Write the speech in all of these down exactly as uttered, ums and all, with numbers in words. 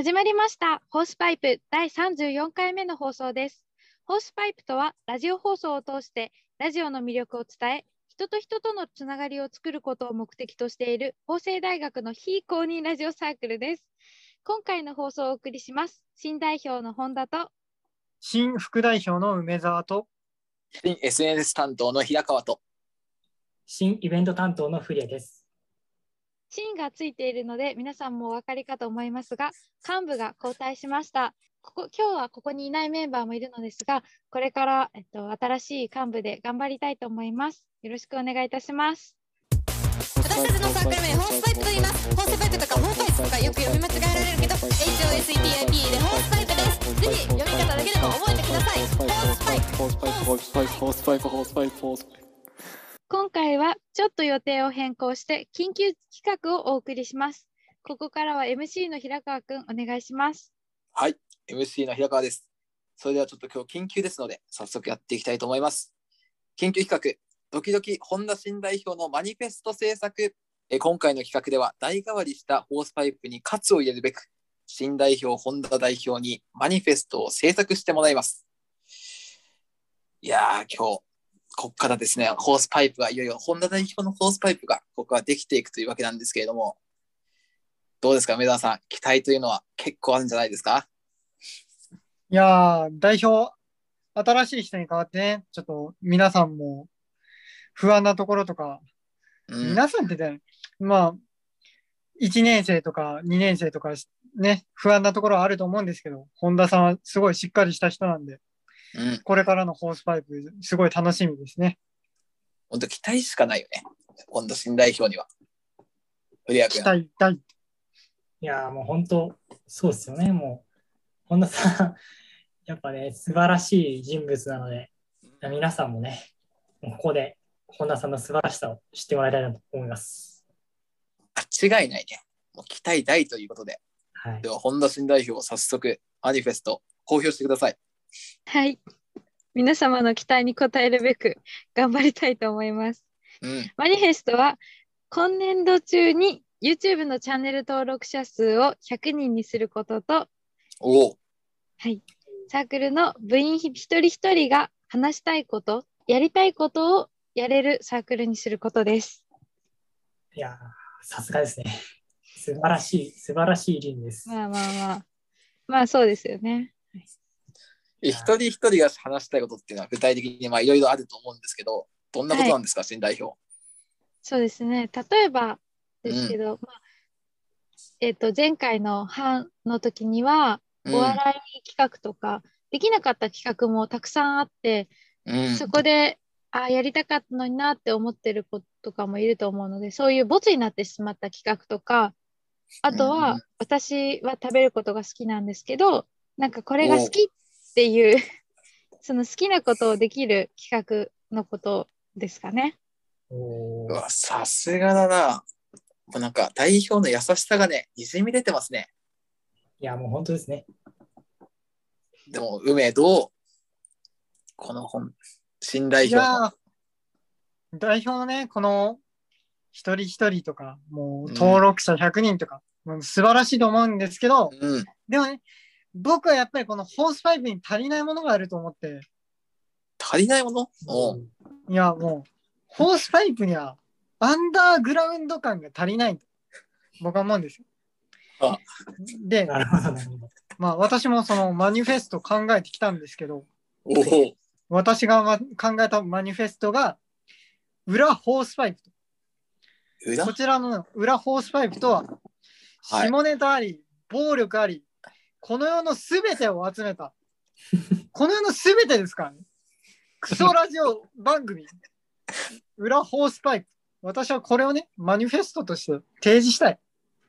始まりましたホースパイプだいさんじゅうよんかいめの放送です。ホースパイプとはラジオ放送を通してラジオの魅力を伝え、人と人とのつながりを作ることを目的としている法政大学の非公認ラジオサークルです。今回の放送をお送りします。新代表の本田と新副代表の梅沢と新 エスエヌエス 担当の平川と新イベント担当のフリアです。 新がついているので皆さんもお分かりかと思いますが、幹部が交代しました。ここ今日はここにいないメンバーもいるのですが、これから、えっと、新しい幹部で頑張りたいと思います。よろしくお願いいたします。 私たちのサークル名ホースパイプと言います。ホースパイプとかホーパイプとかよく読み間違えられるけど エイチオーエスイーティーアイピー でホースパイプです。ぜひ読み方だけでも覚えてください。ホースパイプホースパイプホースパイプホースパイプホースパイプホースパイプ。 今回はちょっと予定を変更して緊急企画をお送りします。ここからは エムシー の平川くんお願いします。 はい、 エムシー の平川です。それではちょっと今日緊急ですので早速やっていきたいと思います。緊急企画ドキドキ本田新代表のマニフェスト制作。え今回の企画では代替わりしたホースパイプに喝を入れるべく新代表本田代表にマニフェストを制作してもらいます。いやー今日ここからですね、ホースパイプがいよいよ本田代表のホースパイプがここはできていくというわけなんですけれども、どうですか梅沢さん、期待というのは結構あるんじゃないですか？ いやー代表新しい人に代わってね、ちょっと皆さんも不安なところとか、うん、皆さんってね、まあいちねん生とかにねん生とかね、不安なところはあると思うんですけど、本田さんはすごいしっかりした人なんで、うん、これからのホースパイプすごい楽しみですね。 本当期待しかないよね、本田新代表には。 期待大。 いやもう本当そうですよね。もう本田さんやっぱね素晴らしい人物なので、皆さんもねここで本田さんの素晴らしさを知ってもらいたいなと思います。 間違いないね。もう期待大ということで、 はい、 では本田新代表早速マニフェスト公表してください。 はい、皆様の期待に応えるべく頑張りたいと思います。うん、マニフェストは今年度中に YouTube のチャンネル登録者数をひゃくにんにすることと、 お、 はい、サークルの部員一人一人が話したいこと、やりたいことをやれるサークルにすることです。 いやさすがですね。素晴らしい素晴らしい理念です。 まあまあまあまあそうですよね。 一人一人が話したいことっていうのは具体的にまあいろいろあると思うんですけど、どんなことなんですか、はい、新代表。 そうですね、例えばですけど、うん、まあえー、と前回の班の時にはお笑い企画とか、うん、できなかった企画もたくさんあって、うん、そこであやりたかったのになって思ってる子とかもいると思うので、そういうボツになってしまった企画とか、あとは、うん、私は食べることが好きなんですけど、なんかこれが好きっていうその好きなことをできる企画のことですかね。 うわ、さすがだな。もうなんか代表の優しさがね、にじみ出てますね。 いやもう本当ですね。 でも梅どうこの本新代表の代表のね、この一人一人とかもう登録者ひゃくにんとか、うん、素晴らしいと思うんですけど、うん、でもね僕はやっぱりこのホースパイプに足りないものがあると思って。 足りないもの？ おういやもうホースパイプにはアンダーグラウンド感が足りないと僕は思うんですよ。 あで、まあ私もそのマニフェスト考えてきたんですけど、 お私が、ま、考えたマニフェストが裏ホースパイプと。裏こちらの裏ホースパイプとは、はい、下ネタあり、暴力あり、この世のすべてを集めたこの世のすべてですからね。クソラジオ番組裏ホースパイプ。私はこれをねマニフェストとして提示したい。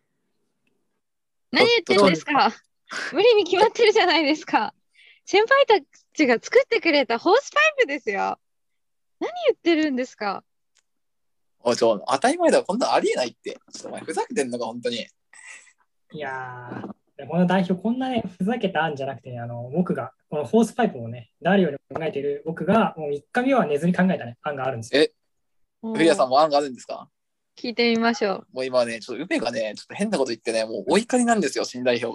何言ってるんですか？無理に決まってるじゃないですか。先輩たちが作ってくれたホースパイプですよ。何言ってるんですか？ おちょ当たり前だよ、こんなありえないって。ちょっとお前ふざけてんのか本当に。 いやーこの代表こんなねふざけた案じゃなくて、ね、あの僕がこのホースパイプをね誰よりも考えている僕がもうみっかめは寝ずに考えた、ね、案があるんですよ。 えフリアさんも案があるんですか？ 聞いてみましょう。 もう今ねちょっと梅がねちょっと変なこと言ってねもうお怒りなんですよ新代表が。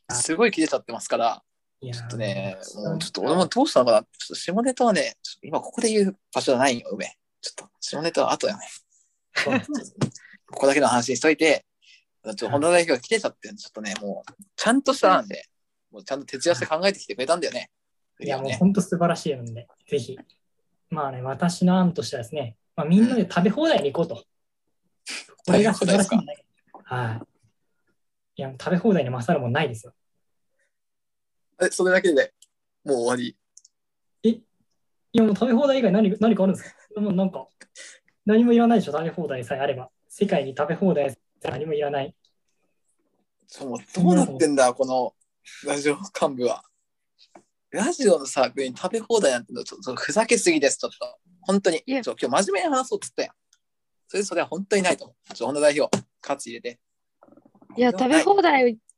すごい切れちゃってますから、 いやちょっとね、もうちょっと俺もどうしたのかな。ちょっと下ネタはね、ちょっと今ここで言う場所じゃないよ、梅。ちょっと下ネタは後やね。ここだけの話にしといて、ちょっと本田代表が切れちゃって、ちょっとね、もうちゃんとした案で、もうちゃんと徹夜して考えてきてくれたんだよね。 いや、もう本当素晴らしいので、ぜひ。まあね、私の案としてはですね、まあ、みんなで食べ放題に行こうと。これが素晴らしいんだけど。はい。いや、食べ放題に勝るもんないですよ。 え、それだけでもう終わり。 えいや、もう食べ放題以外何何かあるんですか？もうなんか、何もいらないでしょ、食べ放題さえあれば。世界に食べ放題さえ何もいらない。 ちょ、もうどうなってんだ、このラジオ幹部は。ラジオのサークルに食べ放題なんてのちょっとふざけすぎです、ちょっと。本当に。ちょ今日真面目に話そうっつったやん。それそれは本当にないと思う。ちょ、本田代表、勝つ入れて。 いや、食べ放題って、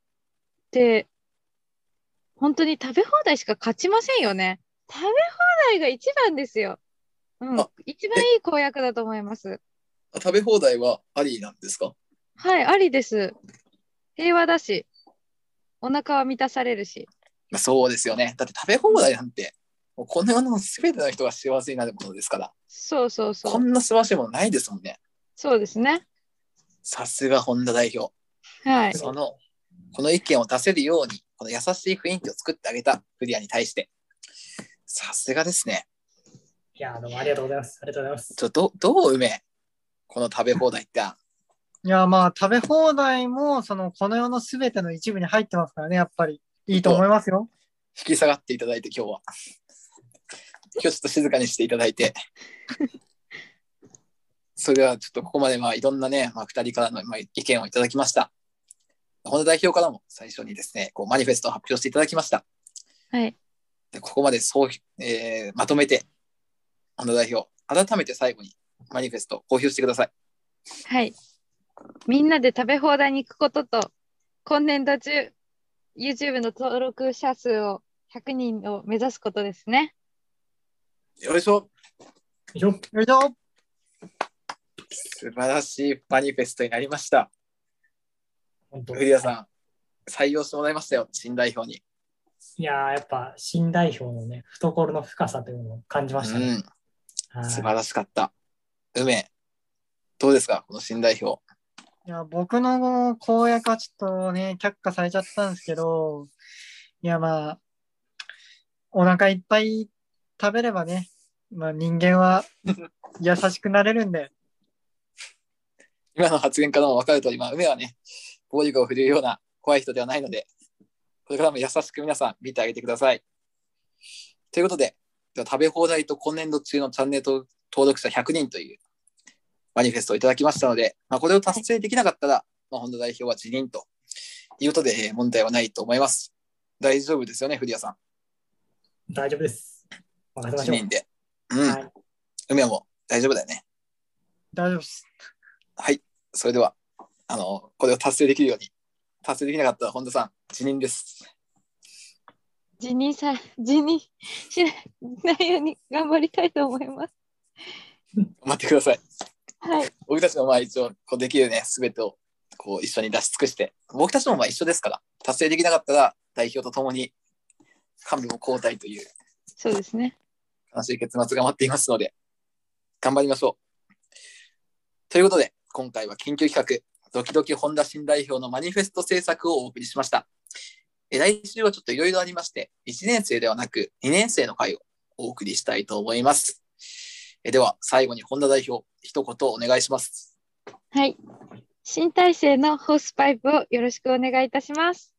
本当に食べ放題しか勝ちませんよね。食べ放題が一番ですよ。うん、一番いい公約だと思います。 食べ放題はありなんですか？ はい、ありです。平和だし、お腹は満たされるし。 まあ、そうですよね。だって食べ放題なんて、もうこの世の全ての人が幸せになるものですから。 そうそうそう。 こんな素晴らしいものないですもんね。 そうですね。 さすが本田代表。 はい。 その、この意見を出せるように、この優しい雰囲気を作ってあげたフリアに対して、さすがですね。 いや、どうもありがとうございます。ありがとうございます。 ちょどどう梅この食べ放題って。 いや、まあ、食べ放題も、その、この世のすべての一部に入ってますからね、やっぱり。いいと思いますよ。 引き下がっていただいて、今日は。今日ちょっと静かにしていただいて。それでは、ちょっとここまで、まあ、いろんなね、まあ、ふたりからの、まあ、意見をいただきました。本田代表からも最初にですね、こうマニフェストを発表していただきました。 はい。 でここまでそう、えー、まとめて、本田代表、改めて最後にマニフェストを公表してください。 はい。みんなで食べ放題に行くことと、今年度中、YouTube の登録者数をひゃくにんを目指すことですね。 よいしょ。 よいしょ。 素晴らしいマニフェストになりました。 本当。 フリアさん、採用してもらいましたよ、新代表に。 いやー、やっぱ新代表のね、懐の深さというのを感じましたね。 うん、素晴らしかった。梅、どうですか、この新代表。 いや、僕の公約はちょっとね、却下されちゃったんですけど、いや、まあ、お腹いっぱい食べればね、まあ、人間は優しくなれるんで。 今の発言からも分かるとおり、まあ、梅はね、暴力を振るうような怖い人ではないので、これからも優しく皆さん見てあげてください。ということで、食べ放題と今年度中のチャンネル登録者ひゃくにんというマニフェストをいただきましたので、まあ、これを達成できなかったら、まあ、本田代表は辞任ということで、えー、問題はないと思います。大丈夫ですよね、古谷さん。 大丈夫です。任せましょう。 辞任で。うん。はい、梅はもう大丈夫だよね。 大丈夫です。 はい。それでは、あの、これを達成できるように、達成できなかったら本田さん、辞任です。 辞任さ、辞任しないように頑張りたいと思います。 頑張ってください。 はい。 僕たちもまあ一応こうできるね、すべてをこう一緒に出し尽くして、僕たちもまあ一緒ですから、達成できなかったら代表とともに幹部も交代という、 そうですね。 悲しい結末が待っていますので、頑張りましょう。ということで、今回は緊急企画、ドキドキ本田新代表のマニフェスト制作をお送りしました。え来週はちょっといろいろありまして、いちねん生ではなくにねん生の会をお送りしたいと思います。えでは、最後に本田代表、一言お願いします。 はい。新体制のホースパイプをよろしくお願いいたします。